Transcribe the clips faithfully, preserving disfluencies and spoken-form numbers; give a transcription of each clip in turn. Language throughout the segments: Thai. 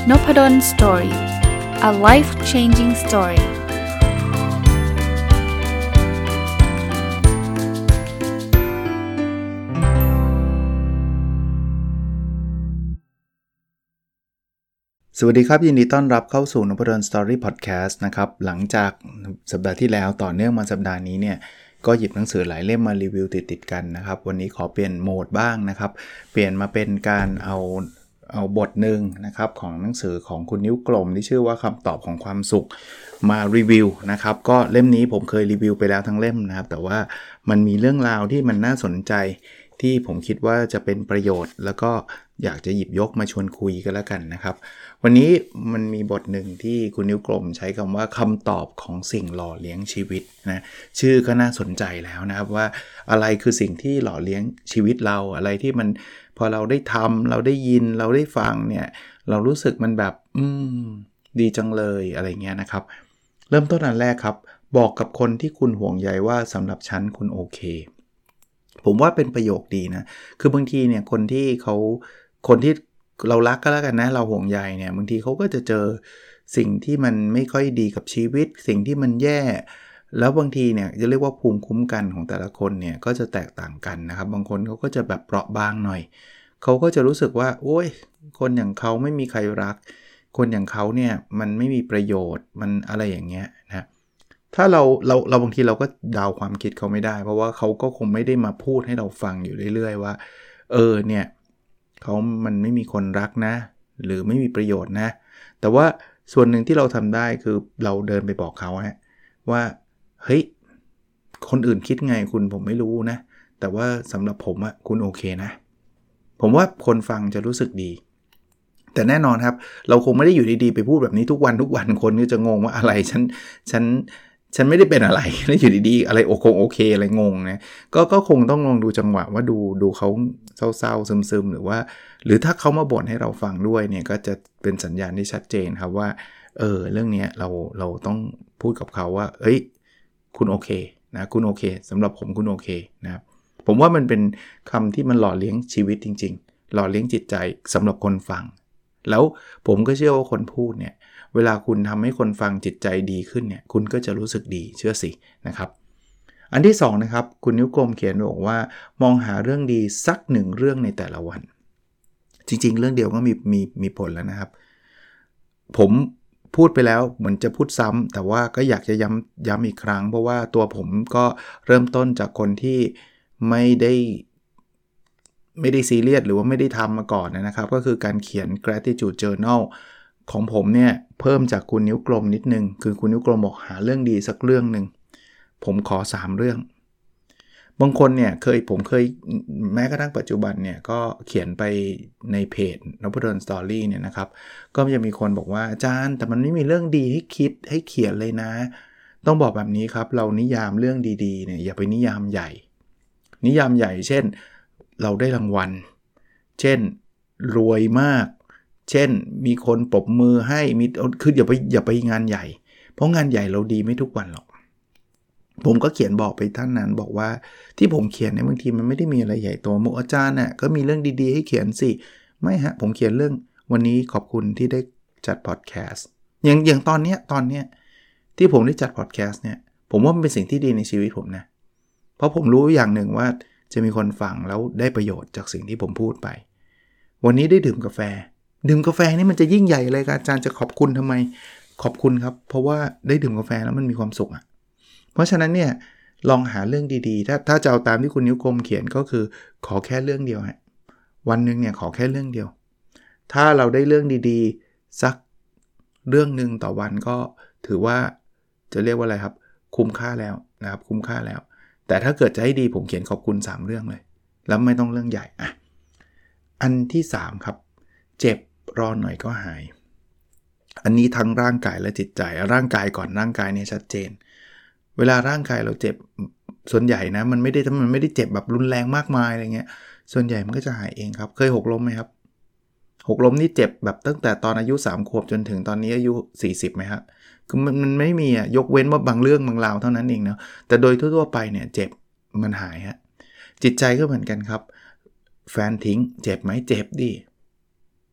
Nopadon Story. A life-changing story.สวัสดีครับยินดีต้อนรับเข้าสู่ Nopadon Story Podcast นะครับหลังจากสัปดาห์ที่แล้วต่อเนื่องมาสัปดาห์นี้เนี่ยก็หยิบหนังสือหลายเล่มมารีวิวติดๆกันนะครับวันนี้ขอเปลี่ยนโหมดบ้างนะครับเปลี่ยนมาเป็นการเอาเอาบทหนึ่งนะครับของหนังสือของคุณนิ้วกลมที่ชื่อว่าคำตอบของความสุขมารีวิวนะครับก็เล่มนี้ผมเคยรีวิวไปแล้วทั้งเล่มนะครับแต่ว่ามันมีเรื่องราวที่มันน่าสนใจที่ผมคิดว่าจะเป็นประโยชน์แล้วก็อยากจะหยิบยกมาชวนคุยกันแล้วกันนะครับวันนี้มันมีบทหนึ่งที่คุณนิ้วกลมใช้คำว่าคำตอบของสิ่งหล่อเลี้ยงชีวิตนะชื่อก็น่าสนใจแล้วนะครับว่าอะไรคือสิ่งที่หล่อเลี้ยงชีวิตเราอะไรที่มันพอเราได้ทำเราได้ยินเราได้ฟังเนี่ยเรารู้สึกมันแบบอืมดีจังเลยอะไรเงี้ยนะครับเริ่มต้นอันแรกครับบอกกับคนที่คุณห่วงใยว่าสำหรับฉันคุณโอเคผมว่าเป็นประโยคดีนะคือบางทีเนี่ยคนที่เขาคนที่เรารักก็แล้วกันนะเราห่วงใยเนี่ยบางทีเขาก็จะเจอสิ่งที่มันไม่ค่อยดีกับชีวิตสิ่งที่มันแย่แล้วบางทีเนี่ยจะเรียกว่าภูมิคุ้มกันของแต่ละคนเนี่ยก็จะแตกต่างกันนะครับบางคนเขาก็จะแบบเปราะบางหน่อยเขาก็จะรู้สึกว่าโอ๊ยคนอย่างเขาไม่มีใครรักคนอย่างเขาเนี่ยมันไม่มีประโยชน์มันอะไรอย่างเงี้ยนะถ้าเราเราเราบางทีเราก็เดาความคิดเขาไม่ได้เพราะว่าเขาก็คงไม่ได้มาพูดให้เราฟังอยู่เรื่อยๆว่าเออเนี่ยเขามันไม่มีคนรักนะหรือไม่มีประโยชน์นะแต่ว่าส่วนหนึ่งที่เราทำได้คือเราเดินไปบอกเขาฮะว่าเฮ้ยคนอื่นคิดไงคุณผมไม่รู้นะแต่ว่าสำหรับผมอะคุณโอเคนะผมว่าคนฟังจะรู้สึกดีแต่แน่นอนครับเราคงไม่ได้อยู่ดีๆไปพูดแบบนี้ทุกวันทุกวันคนก็จะงงว่าอะไรฉันฉันฉันไม่ได้เป็นอะไรแล้วอยู่ดีๆอะไรโอคงโอเคอะไรงงนะก็ก็คงต้องลองดูจังหวะว่าดูดูเขาเศร้าๆซึมๆหรือว่าหรือถ้าเขามาบ่นให้เราฟังด้วยเนี่ยก็จะเป็นสัญญาณที่ชัดเจนครับว่าเออเรื่องนี้เราเราต้องพูดกับเขาว่าเอ้ยคุณโอเคนะคุณโอเคสำหรับผมคุณโอเคนะครับผมว่ามันเป็นคำที่มันหล่อเลี้ยงชีวิตจริงๆหล่อเลี้ยงจิตใจสำหรับคนฟังแล้วผมก็เชื่อว่าคนพูดเนี่ยเวลาคุณทำให้คนฟังจิตใจดีขึ้นเนี่ยคุณก็จะรู้สึกดีเชื่อสินะครับอันที่สองนะครับคุณนิ้วกลมเขียนบอกว่ามองหาเรื่องดีสักหนึ่งเรื่องในแต่ละวันจริงๆเรื่องเดียวก็มีมีมีผลแล้วนะครับผมพูดไปแล้วเหมือนจะพูดซ้ำแต่ว่าก็อยากจะย้ำย้ำอีกครั้งเพราะว่าตัวผมก็เริ่มต้นจากคนที่ไม่ได้ไม่ได้ซีเรียสหรือว่าไม่ได้ทำมาก่อนนะครับก็คือการเขียน gratitude journal ของผมเนี่ยเพิ่มจากคุณนิ้วกลมนิดนึงคือคุณนิ้วกลมบอกหาเรื่องดีสักเรื่องนึงผมขอสามเรื่องบางคนเนี่ยเคยผมเคยแม้กระทั่งปัจจุบันเนี่ยก็เขียนไปในเพจ Nopadon Story เนี่ยนะครับก็จะมีคนบอกว่าอาจารย์แต่มันไม่มีเรื่องดีให้คิดให้เขียนเลยนะต้องบอกแบบนี้ครับเรานิยามเรื่องดีๆเนี่ยอย่าไปนิยามใหญ่นิยามใหญ่เช่นเราได้รางวัลเช่นรวยมากเช่นมีคนปรบมือให้มีคืออย่าไปอย่าไปงานใหญ่เพราะงานใหญ่เราดีไม่ทุกวันหรอกผมก็เขียนบอกไปท่านนั้นบอกว่าที่ผมเขียนเนี่ยบางทีมันไม่ได้มีอะไรใหญ่โตหมอาจารย์น่ะก็มีเรื่องดีๆให้เขียนสิไม่ฮะผมเขียนเรื่องวันนี้ขอบคุณที่ได้จัดพอดแคสต์อย่างอย่างตอนเนี้ยตอนเนี้ยที่ผมได้จัดพอดแคสต์เนี่ยผมว่ามันเป็นสิ่งที่ดีในชีวิตผมนะเพราะผมรู้อย่างหนึ่งว่าจะมีคนฟังแล้วได้ประโยชน์จากสิ่งที่ผมพูดไปวันนี้ได้ดื่มกาแฟดื่มกาแฟนี่มันจะยิ่งใหญ่เลยครับอาจารย์จะขอบคุณทำไมขอบคุณครับเพราะว่าได้ดื่มกาแฟแล้วมันมีความสุขอ่ะเพราะฉะนั้นเนี่ยลองหาเรื่องดีๆถ้าถ้าจะเอาตามที่คุณนิ้วกลมเขียนก็คือขอแค่เรื่องเดียวฮะวันนึงเนี่ยขอแค่เรื่องเดียวถ้าเราได้เรื่องดีๆสักเรื่องนึงต่อวันก็ถือว่าจะเรียกว่าอะไรครับคุ้มค่าแล้วนะครับคุ้มค่าแล้วแต่ถ้าเกิดจะให้ดีผมเขียนขอบคุณสามเรื่องเลยแล้วไม่ต้องเรื่องใหญ่อ่ะอันที่สามครับเจ็บรอหน่อยก็หายอันนี้ทั้งร่างกายและจิตใจร่างกายก่อนร่างกายเนี่ยชัดเจนเวลาร่างกายเราเจ็บส่วนใหญ่นะมันไม่ได้มันไม่ได้เจ็บแบบรุนแรงมากมายอะไรเงี้ยส่วนใหญ่มันก็จะหายเองครับเคยหกล้มไหมครับหกล้มนี่เจ็บแบบตั้งแต่ตอนอายุสามขวบจนถึงตอนนี้อายุสี่สิบไหมครับคือมันมันไม่มีอ่ะยกเว้นว่าบางเรื่องบางราวเท่านั้นเองเนาะแต่โดยทั่วๆไปเนี่ยเจ็บมันหายฮะจิตใจก็เหมือนกันครับแฟนทิ้งเจ็บไหมเจ็บดิ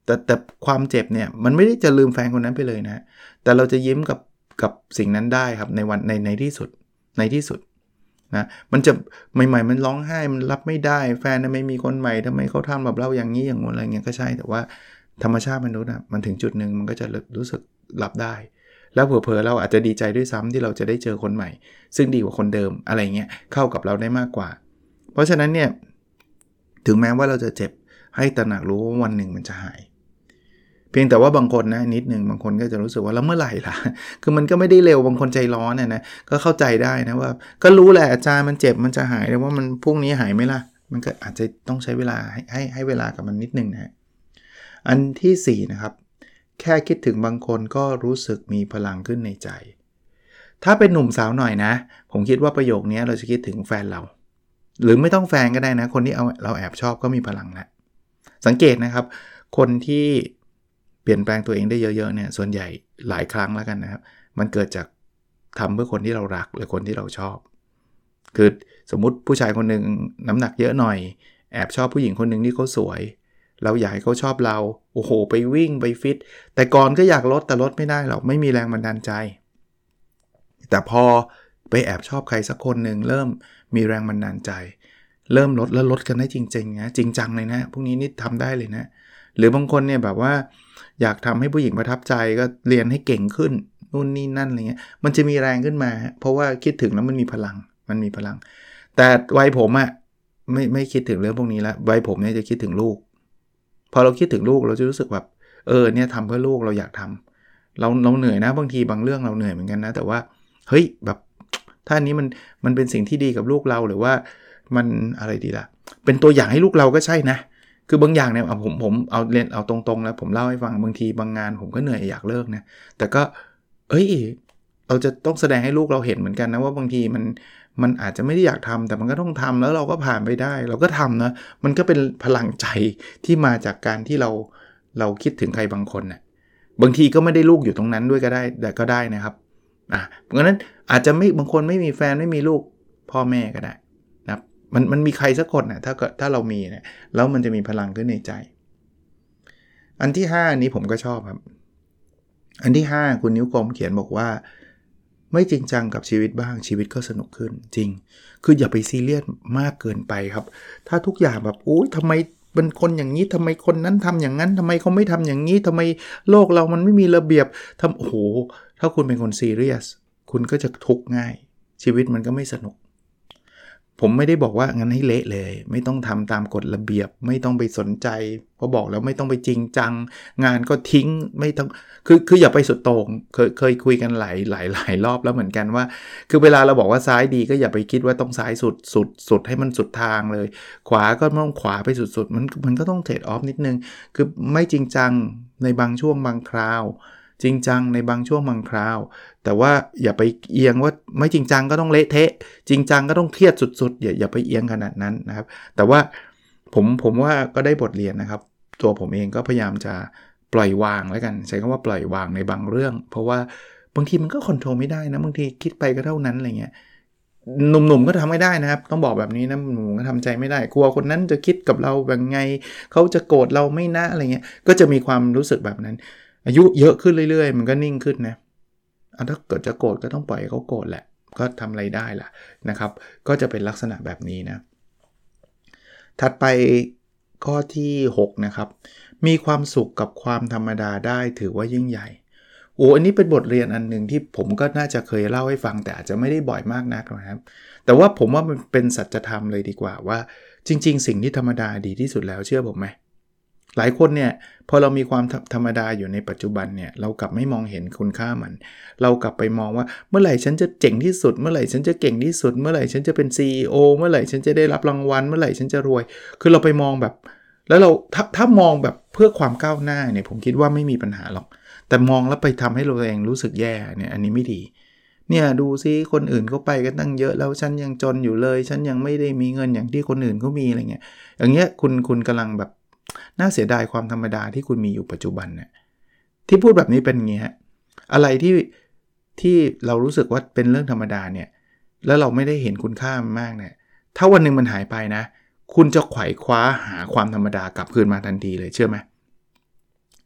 แต่แต่ความเจ็บเนี่ยมันไม่ได้จะลืมแฟนคนนั้นไปเลยนะแต่เราจะยิ้มกับกับสิ่งนั้นได้ครับในวันในในที่สุดในที่สุดนะมันจะใหม่ๆมันร้องไห้มันรับไม่ได้แฟนทำไมมีคนใหม่ทำไมเขาทำแบบเราอย่างนี้อย่างงู้นอะไรเงี้ยก็ใช่แต่ว่าธรรมชาติมนุษย์อ่ะมันถึงจุดนึงมันก็จะรู้สึกรับได้แล้วเผลอๆเราอาจจะดีใจด้วยซ้ำที่เราจะได้เจอคนใหม่ซึ่งดีกว่าคนเดิมอะไรเงี้ยเข้ากับเราได้มากกว่าเพราะฉะนั้นเนี่ยถึงแม้ว่าเราจะเจ็บให้ตระหนักรู้ว่าวันหนึ่งมันจะหายเพียงแต่ว่าบางคนนะนิดนึงบางคนก็จะรู้สึกว่าแล้วเมื่อไหร่ล่ะคือมันก็ไม่ได้เร็วบางคนใจร้อนน่ะนะก็เข้าใจได้นะว่าก็รู้แหละอาจารย์มันเจ็บมันจะหายแต่ว่ามันพรุ่งนี้หายไหมล่ะมันก็อาจจะต้องใช้เวลาให้ให้ให้เวลากับมันนิดนึงนะอันที่สี่นะครับแค่คิดถึงบางคนก็รู้สึกมีพลังขึ้นในใจถ้าเป็นหนุ่มสาวหน่อยนะผมคิดว่าประโยคนี้เราจะคิดถึงแฟนเราหรือไม่ต้องแฟนก็ได้นะคนที่เอาเราแอบชอบก็มีพลังแล้วสังเกตนะครับคนที่เปลี่ยนแปลงตัวเองได้เยอะๆเนี่ยส่วนใหญ่หลายครั้งแล้วกันนะครับมันเกิดจากทำเพื่อคนที่เรารักหรือคนที่เราชอบคือสมมุติผู้ชายคนนึงน้ำหนักเยอะหน่อยแอบชอบผู้หญิงคนนึงที่เขาสวยเราอยากให้เขาชอบเราโอ้โหไปวิ่งไปฟิตแต่ก่อนก็อยากลดแต่ลดไม่ได้หรอกไม่มีแรงบันดาลใจแต่พอไปแอบชอบใครสักคนนึงเริ่มมีแรงบันดาลใจเริ่มลดแล้วลดกันได้จริงๆนะจริงจังเลยนะพวกนี้นี่ทำได้เลยนะหรือบางคนเนี่ยแบบว่าอยากทำให้ผู้หญิงประทับใจก็เรียนให้เก่งขึ้นนู่นนี่นั่นอะไรเงี้ยมันจะมีแรงขึ้นมาเพราะว่าคิดถึงแล้วมันมีพลังมันมีพลังแต่วัยผมอะไม่ไม่คิดถึงเรื่องพวกนี้แล้ววัยผมเนี่ยจะคิดถึงลูกพอเราคิดถึงลูกเราจะรู้สึกแบบเออเนี่ยทำเพื่อลูกเราอยากทำเราเราเหนื่อยนะบางทีบางเรื่องเราเหนื่อยเหมือนกันนะแต่ว่าเฮ้ยแบบถ้าอันนี้มันมันเป็นสิ่งที่ดีกับลูกเราหรือว่ามันอะไรดีล่ะเป็นตัวอย่างให้ลูกเราก็ใช่นะคือบางอย่างเนี่ยผมผมเอาเรียนเอาตรงๆแล้วผมเล่าให้ฟังบางทีบางงานผมก็เหนื่อยอยากเลิกนะแต่ก็เอ้ยเราจะต้องแสดงให้ลูกเราเห็นเหมือนกันนะว่าบางทีมันมันอาจจะไม่ได้อยากทำแต่มันก็ต้องทำแล้วเราก็ผ่านไปได้เราก็ทำนะมันก็เป็นพลังใจที่มาจากการที่เราเราคิดถึงใครบางคนนะ่ะบางทีก็ไม่ได้ลูกอยู่ตรงนั้นด้วยก็ได้แต่ก็ได้นะครับอ่ะเพราะฉะนั้นอาจจะไม่บางคนไม่มีแฟนไม่มีลูกพ่อแม่ก็ได้นะครับมันมันมีใครสักคนนะถ้าถ้าเรามีเนี่ยแล้วมันจะมีพลังขึ้นในใจอันที่ห้าอันนี้ผมก็ชอบครับอันที่ห้าคุณนิ้วกลมเขียนบอกว่าไม่จริงจังกับชีวิตบ้างชีวิตก็สนุกขึ้นจริงคืออย่าไปซีเรียสมากเกินไปครับถ้าทุกอย่างแบบอุ๊ยทำไมเป็นคนอย่างนี้ทำไมคนนั้นทำอย่างนั้นทำไมเขาไม่ทำอย่างนี้ทำไมโลกเรามันไม่มีระเบียบทำโอ้โหถ้าคุณเป็นคนซีเรียสคุณก็จะทุกข์ง่ายชีวิตมันก็ไม่สนุกผมไม่ได้บอกว่างั้นให้เละเลยไม่ต้องทำตามกฎระเบียบไม่ต้องไปสนใจเพราะบอกแล้วไม่ต้องไปจริงจังงานก็ทิ้งไม่ต้องคือคืออย่าไปสุดโต่งเคยเคยคุยกันหลายหลายหลายรอบแล้วเหมือนกันว่าคือเวลาเราบอกว่าซ้ายดีก็อย่าไปคิดว่าต้องซ้ายสุดสุดสุดให้มันสุดทางเลยขวาก็ต้องขวาไปสุดๆมันมันก็ต้องเทรดออฟนิดนึงคือไม่จริงจังในบางช่วงบางคราวจริงจังในบางช่วงบางคราวแต่ว่าอย่าไปเอียงว่าไม่จริงจังก็ต้องเละเทะจริงจังก็ต้องเครียดสุดๆอย่าอย่าไปเอียงขนาดนั้นนะครับแต่ว่าผมผมว่าก็ได้บทเรียนนะครับตัวผมเองก็พยายามจะปล่อยวางแล้วกันใช้คำว่าปล่อยวางในบางเรื่องเพราะว่าบางทีมันก็คอนโทรลไม่ได้นะบางทีคิดไปก็เท่านั้นอะไรเงี้ยหนุ่มๆก็ทำไม่ได้นะครับต้องบอกแบบนี้นะหนุ่มก็ทำใจไม่ได้กลัวคนนั้นจะคิดกับเราแบบไงเขาจะโกรธเราไม่นะอะไรเงี้ยก็จะมีความรู้สึกแบบนั้นอายุเยอะขึ้นเรื่อยๆมันก็นิ่งขึ้นนะถ้าเกิดจะโกรธก็ต้องปล่อยเขาโกรธแหละก็ทำอะไรได้ล่ะนะครับก็จะเป็นลักษณะแบบนี้นะถัดไปข้อที่หกนะครับมีความสุขกับความธรรมดาได้ถือว่ายิ่งใหญ่โอ้อันนี้เป็นบทเรียนอันนึงที่ผมก็น่าจะเคยเล่าให้ฟังแต่อาจจะไม่ได้บ่อยมากนักนะครับแต่ว่าผมว่ามันเป็นสัจธรรมเลยดีกว่าว่าจริงๆสิ่งที่ธรรมดาดีที่สุดแล้วเชื่อผมไหมหลายคนเนี่ยพอเรามีความธรรมดาอยู่ในปัจจุบันเนี่ยเรากลับไม่มองเห็นคุณค่ามันเรากลับไปมองว่าเมื่อไหร่ฉันจะเจ๋งที่สุดเมื่อไหร่ฉันจะเก่งที่สุดเมื่อไหร่ฉันจะเป็น ซี อี โอ เมื่อไหร่ฉันจะได้รับรางวัลเมื่อไหร่ฉันจะรวยคือเราไปมองแบบแล้วเราถ้าถ้ามองแบบเพื่อความก้าวหน้าเนี่ยผมคิดว่าไม่มีปัญหาหรอกแต่มองแล้วไปทำให้เราเองรู้สึกแย่เนี่ยอันนี้ไม่ดีเนี่ยดูซิคนอื่นเขาไปกันตั้งเยอะแล้วฉันยังจนอยู่เลยฉันยังไม่ได้มีเงินอย่างที่คนอื่นเขามีอะไรเงี้ยอย่างเงี้ยคุณคุณกำลังแบบน่าเสียดายความธรรมดาที่คุณมีอยู่ปัจจุบันเนี่ยที่พูดแบบนี้เป็นอย่างงี้ฮะอะไรที่ที่เรารู้สึกว่าเป็นเรื่องธรรมดาเนี่ยแล้วเราไม่ได้เห็นคุณค่ามันมากเนี่ยถ้าวันนึงมันหายไปนะคุณจะไขว่คว้าหาความธรรมดากลับคืนมาทันทีเลยเชื่อไหม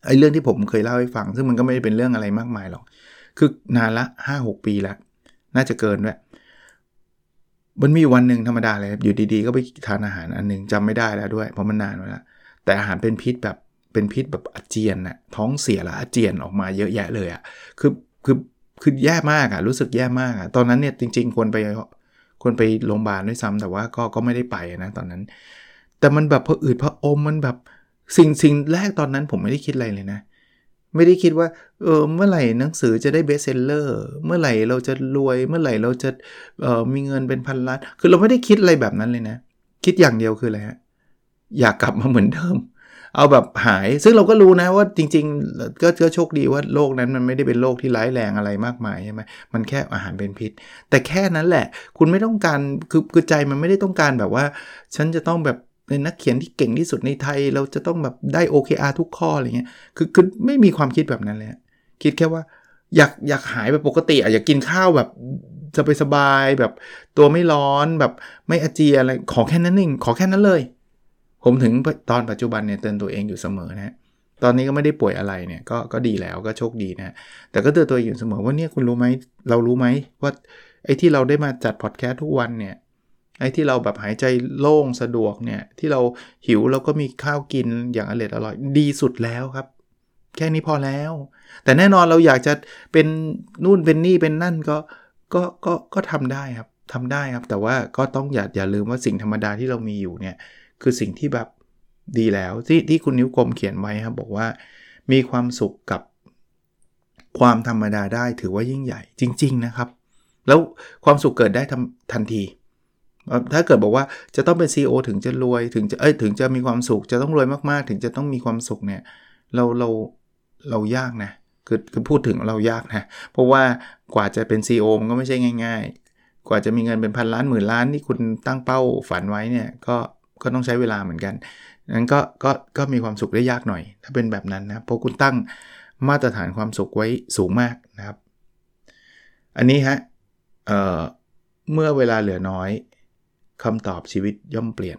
ไอ้เรื่องที่ผมเคยเล่าให้ฟังซึ่งมันก็ไม่ได้เป็นเรื่องอะไรมากมายหรอกคือนานละ ห้าหก ปีแล้วน่าจะเกินด้วยมันมีวันหนึ่งธรรมดาเลยอยู่ดีๆก็ไปทานอาหารอันนึงจำไม่ได้แล้วด้วยเพราะมันนานมาแล้วแต่อาหารเป็นพิษแบบเป็นพิษแบบอาเจียนน่ะท้องเสียแล้วอาเจียนออกมาเยอะแยะเลยอ่ะคือคือคือแย่มากอ่ะรู้สึกแย่มากอ่ะตอนนั้นเนี่ยจริงๆควรไปควรไปโรงพยาบาลด้วยซ้ำแต่ว่าก็ก็ไม่ได้ไปนะตอนนั้นแต่มันแบบพออืดพออมมันแบบสิ่งสิ่งแรกตอนนั้นผมไม่ได้คิดอะไรเลยนะไม่ได้คิดว่าเออเมื่อไหร่หนังสือจะได้เบสเซลเลอร์เมื่อไหร่เราจะรวยเมื่อไหร่เราจะเอ่อมีเงินเป็นพันล้านคือเราไม่ได้คิดอะไรแบบนั้นเลยนะคิดอย่างเดียวคืออะไรฮะอยากกลับมาเหมือนเดิมเอาแบบหายซึ่งเราก็รู้นะว่าจริงๆก็ก็โชคดีว่าโรคนั้นมันไม่ได้เป็นโรคที่ร้ายแรงอะไรมากมายใช่ไหมมันแค่อาหารเป็นพิษแต่แค่นั้นแหละคุณไม่ต้องการคือคือใจมันไม่ได้ต้องการแบบว่าฉันจะต้องแบบเป็นนักเขียนที่เก่งที่สุดในไทยเราจะต้องแบบได้ โอ เค อาร์ ทุกข้ออะไรเงี้ยคือคือไม่มีความคิดแบบนั้นเลยคิดแค่ว่าอยากอยากหายแบบปกติอ่ะอยากกินข้าวแบบสบายๆแบบตัวไม่ร้อนแบบไม่อาเจียอะไรขอแค่นั้นเองขอแค่นั้นเลยผมถึงตอนปัจจุบันเนี่ยเตือนตัวเองอยู่เสมอนะตอนนี้ก็ไม่ได้ป่วยอะไรเนี่ยก็ก็ดีแล้วก็โชคดีนะแต่ก็เตือนตัวเองอยู่เสมอว่าเนี่ยคุณรู้ไหมเรารู้ไหมว่าไอ้ที่เราได้มาจัดพอดแคสต์ทุกวันเนี่ยไอ้ที่เราแบบหายใจโล่งสะดวกเนี่ยที่เราหิวเราก็มีข้าวกินอย่างอร่อยอร่อยดีสุดแล้วครับแค่นี้พอแล้วแต่แน่นอนเราอยากจะเป็นนู่นเป็นนี่เป็นนั่นก็ก็ก็ก็ทำได้ครับทำได้ครับแต่ว่าก็ต้องอย่าอย่าลืมว่าสิ่งธรรมดาที่เรามีอยู่เนี่ยคือสิ่งที่แบบดีแล้วที่ที่คุณนิ้วกลมเขียนไว้ครับบอกว่ามีความสุขกับความธรรมดาได้ถือว่ายิ่งใหญ่จริงๆนะครับแล้วความสุขเกิดได้ทันทีถ้าเกิดบอกว่าจะต้องเป็น ซี อี โอ ถึงจะรวยถึงจะเอ้ยถึงจะมีความสุขจะต้องรวยมากๆถึงจะต้องมีความสุขเนี่ยเราเราเรายากนะคือคือพูดถึงเรายากนะเพราะว่ากว่าจะเป็น ซี อี โอ มันก็ไม่ใช่ง่ายๆกว่าจะมีเงินเป็นพันล้านหมื่นล้านที่คุณตั้งเป้าฝันไว้เนี่ยก็ก็ต้องใช้เวลาเหมือนกันนั้นก็ก็ก็มีความสุขได้ยากหน่อยถ้าเป็นแบบนั้นนะเพราะคุณตั้งมาตรฐานความสุขไว้สูงมากนะครับอันนี้ฮะเอ่อเมื่อเวลาเหลือน้อยคำตอบชีวิตย่อมเปลี่ยน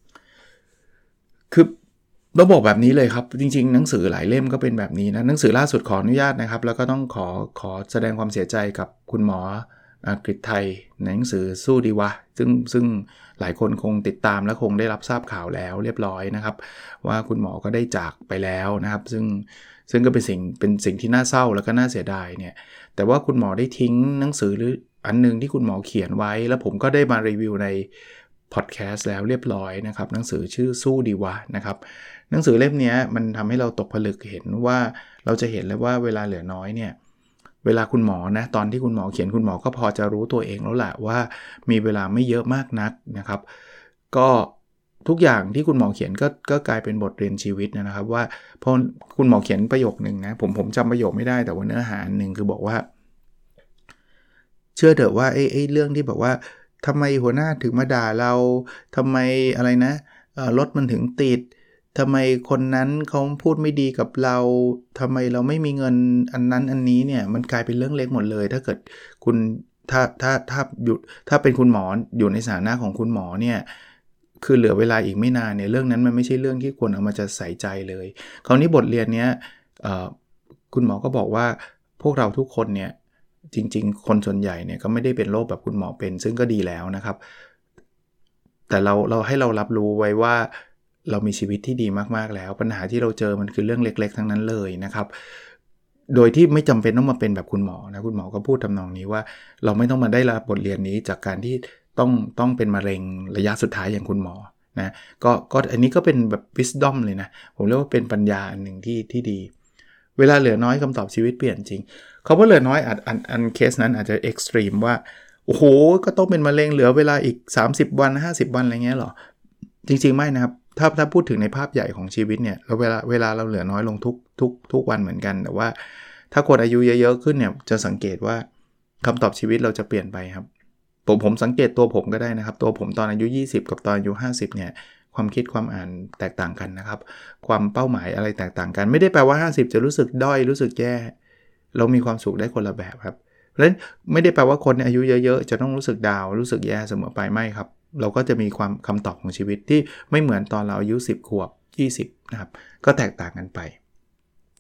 คือเราบอกแบบนี้เลยครับจริงๆหนังสือหลายเล่มก็เป็นแบบนี้นะหนังสือล่าสุดขออนุญาตนะครับแล้วก็ต้องขอขอแสดงความเสียใจกับคุณหมอกฤษไทยในหนังสือสู้ดีวะซึ่งซึ่งหลายคนคงติดตามและคงได้รับทราบข่าวแล้วเรียบร้อยนะครับว่าคุณหมอก็ได้จากไปแล้วนะครับซึ่งซึ่งก็เป็นสิ่งเป็นสิ่งที่น่าเศร้าแล้วก็น่าเสียดายเนี่ยแต่ว่าคุณหมอได้ทิ้งหนังสือหรืออันนึงที่คุณหมอเขียนไว้แล้วผมก็ได้มารีวิวในพอดแคสต์แล้วเรียบร้อยนะครับหนังสือชื่อสู้ดีวะนะครับหนังสือเล่มนี้มันทำให้เราตกผลึกเห็นว่าเราจะเห็นเลยว่าเวลาเหลือน้อยเนี่ยเวลาคุณหมอนะตอนที่คุณหมอเขียนคุณหมอก็พอจะรู้ตัวเองแล้วแหละว่ามีเวลาไม่เยอะมากนักนะครับก็ทุกอย่างที่คุณหมอเขียนก็ก็กลายเป็นบทเรียนชีวิตนะครับว่าพอคุณหมอเขียนประโยคนึงนะผมผมจำประโยคไม่ได้แต่ว่าเนื้อหาหนึ่งคือบอกว่าเชื่อเถอะว่าไอ้ไอ้เรื่องที่บอกว่าทำไมหัวหน้าถึงมาด่าเราทำไมอะไรนะรถมันถึงติดทำไมคนนั้นเขาพูดไม่ดีกับเราทำไมเราไม่มีเงินอันนั้นอันนี้เนี่ยมันกลายเป็นเรื่องเล็กหมดเลยถ้าเกิดคุณถ้าถ้าถ้าอยู่ถ้าเป็นคุณหมออยู่ในสถานะของคุณหมอเนี่ยคือเหลือเวลาอีกไม่นานเนี่ยเรื่องนั้นมันไม่ใช่เรื่องที่ควรเอามาจะใส่ใจเลยคราวนี้บทเรียนเนี้ยคุณหมอก็บอกว่าพวกเราทุกคนเนี่ยจริงๆคนส่วนใหญ่เนี่ยก็ไม่ได้เป็นโรคแบบคุณหมอเป็นซึ่งก็ดีแล้วนะครับแต่เราเราให้เรารับรู้ไว้ว่าเรามีชีวิตที่ดีมากๆแล้วปัญหาที่เราเจอมันคือเรื่องเล็กๆทั้งนั้นเลยนะครับโดยที่ไม่จำเป็นต้องมาเป็นแบบคุณหมอนะคุณหมอก็พูดทำนองนี้ว่าเราไม่ต้องมาได้รับบทเรียนนี้จากการที่ต้องต้องเป็นมะเร็งระยะสุดท้ายอย่างคุณหมอนะก็ก็อันนี้ก็เป็นแบบ wisdom เลยนะผมเรียกว่าเป็นปัญญาอันหนึ่งที่ที่ดีเวลาเหลือน้อยคำตอบชีวิตเปลี่ยนจริงเขาว่าเหลือน้อยอันอันอันเคสนั้นอาจจะเอ็กซ์ตรีมว่าโอ้โหก็ต้องเป็นมะเร็งเหลือเวลาอีกสามสิบวันห้าสิบวันอะไรเงี้ยหรอจริงๆไม่นะครับถ้าถ้าพูดถึงในภาพใหญ่ของชีวิตเนี่ยเราเวลาเวลาเราเหลือน้อยลงทุกทุกทุกวันเหมือนกันแต่ว่าถ้าคนอายุเยอะๆขึ้นเนี่ยจะสังเกตว่าคำตอบชีวิตเราจะเปลี่ยนไปครับผมผมสังเกตตัวผมก็ได้นะครับตัวผมตอนอายุยี่สิบกับตอนอายุห้าสิบเนี่ยความคิดความอ่านแตกต่างกันนะครับความเป้าหมายอะไรแตกต่างกันไม่ได้แปลว่าห้าสิบจะรู้สึกด้อยรู้สึกแย่เรามีความสุขได้คนละแบบครับเพราะฉะนั้นไม่ได้แปลว่าคนอายุเยอะๆจะต้องรู้สึกดาวรู้สึกแย่เสมอไปไม่ครับเราก็จะมีความคำตอบของชีวิตที่ไม่เหมือนตอนเราอายุสิบขวบยี่สิบนะครับก็แตกต่างกันไป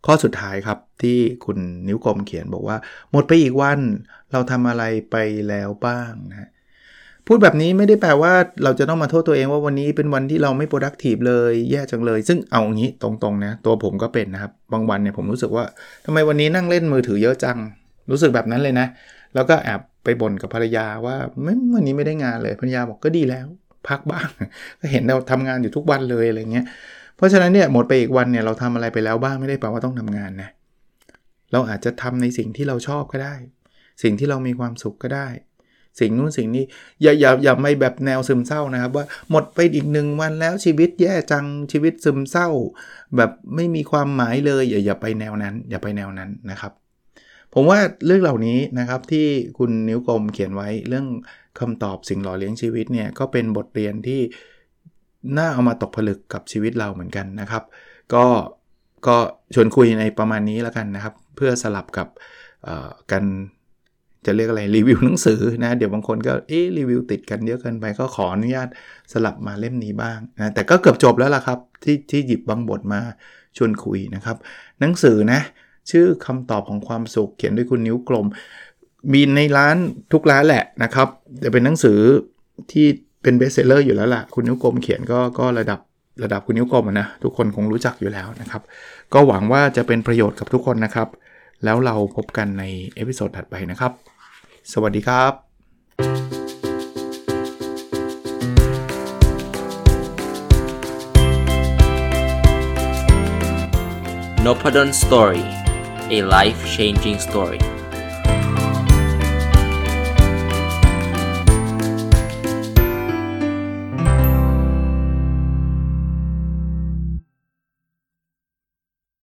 ข้อสุดท้ายครับที่คุณนิ้วกลมเขียนบอกว่าหมดไปอีกวันเราทำอะไรไปแล้วบ้างนะพูดแบบนี้ไม่ได้แปลว่าเราจะต้องมาโทษตัวเองว่าวันนี้เป็นวันที่เราไม่ productive เลยแย่จังเลยซึ่งเอางี้ตรงๆนะตัวผมก็เป็นนะครับบางวันเนี่ยผมรู้สึกว่าทำไมวันนี้นั่งเล่นมือถือเยอะจังรู้สึกแบบนั้นเลยนะแล้วก็แอบไปบ่นกับภรรยาว่าไม่วันนี้ไม่ได้งานเลยภรรยาบอกก็ดีแล้วพักบ้างก็เห็นเราทำงานอยู่ทุกวันเลยอะไรเงี้ยเพราะฉะนั้นเนี่ยหมดไปอีกวันเนี่ยเราทำอะไรไปแล้วบ้างไม่ได้แปลว่าต้องทำงานนะเราอาจจะทำในสิ่งที่เราชอบก็ได้สิ่งที่เรามีความสุขก็ได้สิ่งนู้นสิ่งนี้อย่าอย่าอย่าไม่แบบแนวซึมเศร้านะครับว่าหมดไปอีกหนึ่งวันแล้วชีวิตแย่จังชีวิตซึมเศร้าแบบไม่มีความหมายเลยอย่าอย่าไปแนวนั้นอย่าไปแนวนั้นนะครับผมว่าเรื่องเหล่านี้นะครับที่คุณนิ้วกลมเขียนไว้เรื่องคำตอบสิ่งหล่อเลี้ยงชีวิตเนี่ยก็เป็นบทเรียนที่น่าเอามาตกผลึกกับชีวิตเราเหมือนกันนะครับก็ก็ชวนคุยในประมาณนี้แล้วกันนะครับเพื่อสลับกับกันจะเรียกอะไรรีวิวหนังสือนะเดี๋ยวบางคนก็เอ๊ะรีวิวติดกันเยอะเกินไปก็ขออนุญาตสลับมาเล่มนี้บ้างนะแต่ก็เกือบจบแล้วล่ะครับที่ที่หยิบบางบทมาชวนคุยนะครับหนังสือนะชื่อคำตอบของความสุขเขียนด้วยคุณนิ้วกลมมีในร้านทุกร้านแหละนะครับแต่เป็นหนังสือที่เป็นเบสเซลเลอร์อยู่แล้วล่ะคุณนิ้วกลมเขียนก็ก็ระดับระดับคุณนิ้วกลมนะทุกคนคงรู้จักอยู่แล้วนะครับก็หวังว่าจะเป็นประโยชน์กับทุกคนนะครับแล้วเราพบกันในเอพิโซดถัดไปนะครับสวัสดีครับ Nopadon Story, a life-changing story.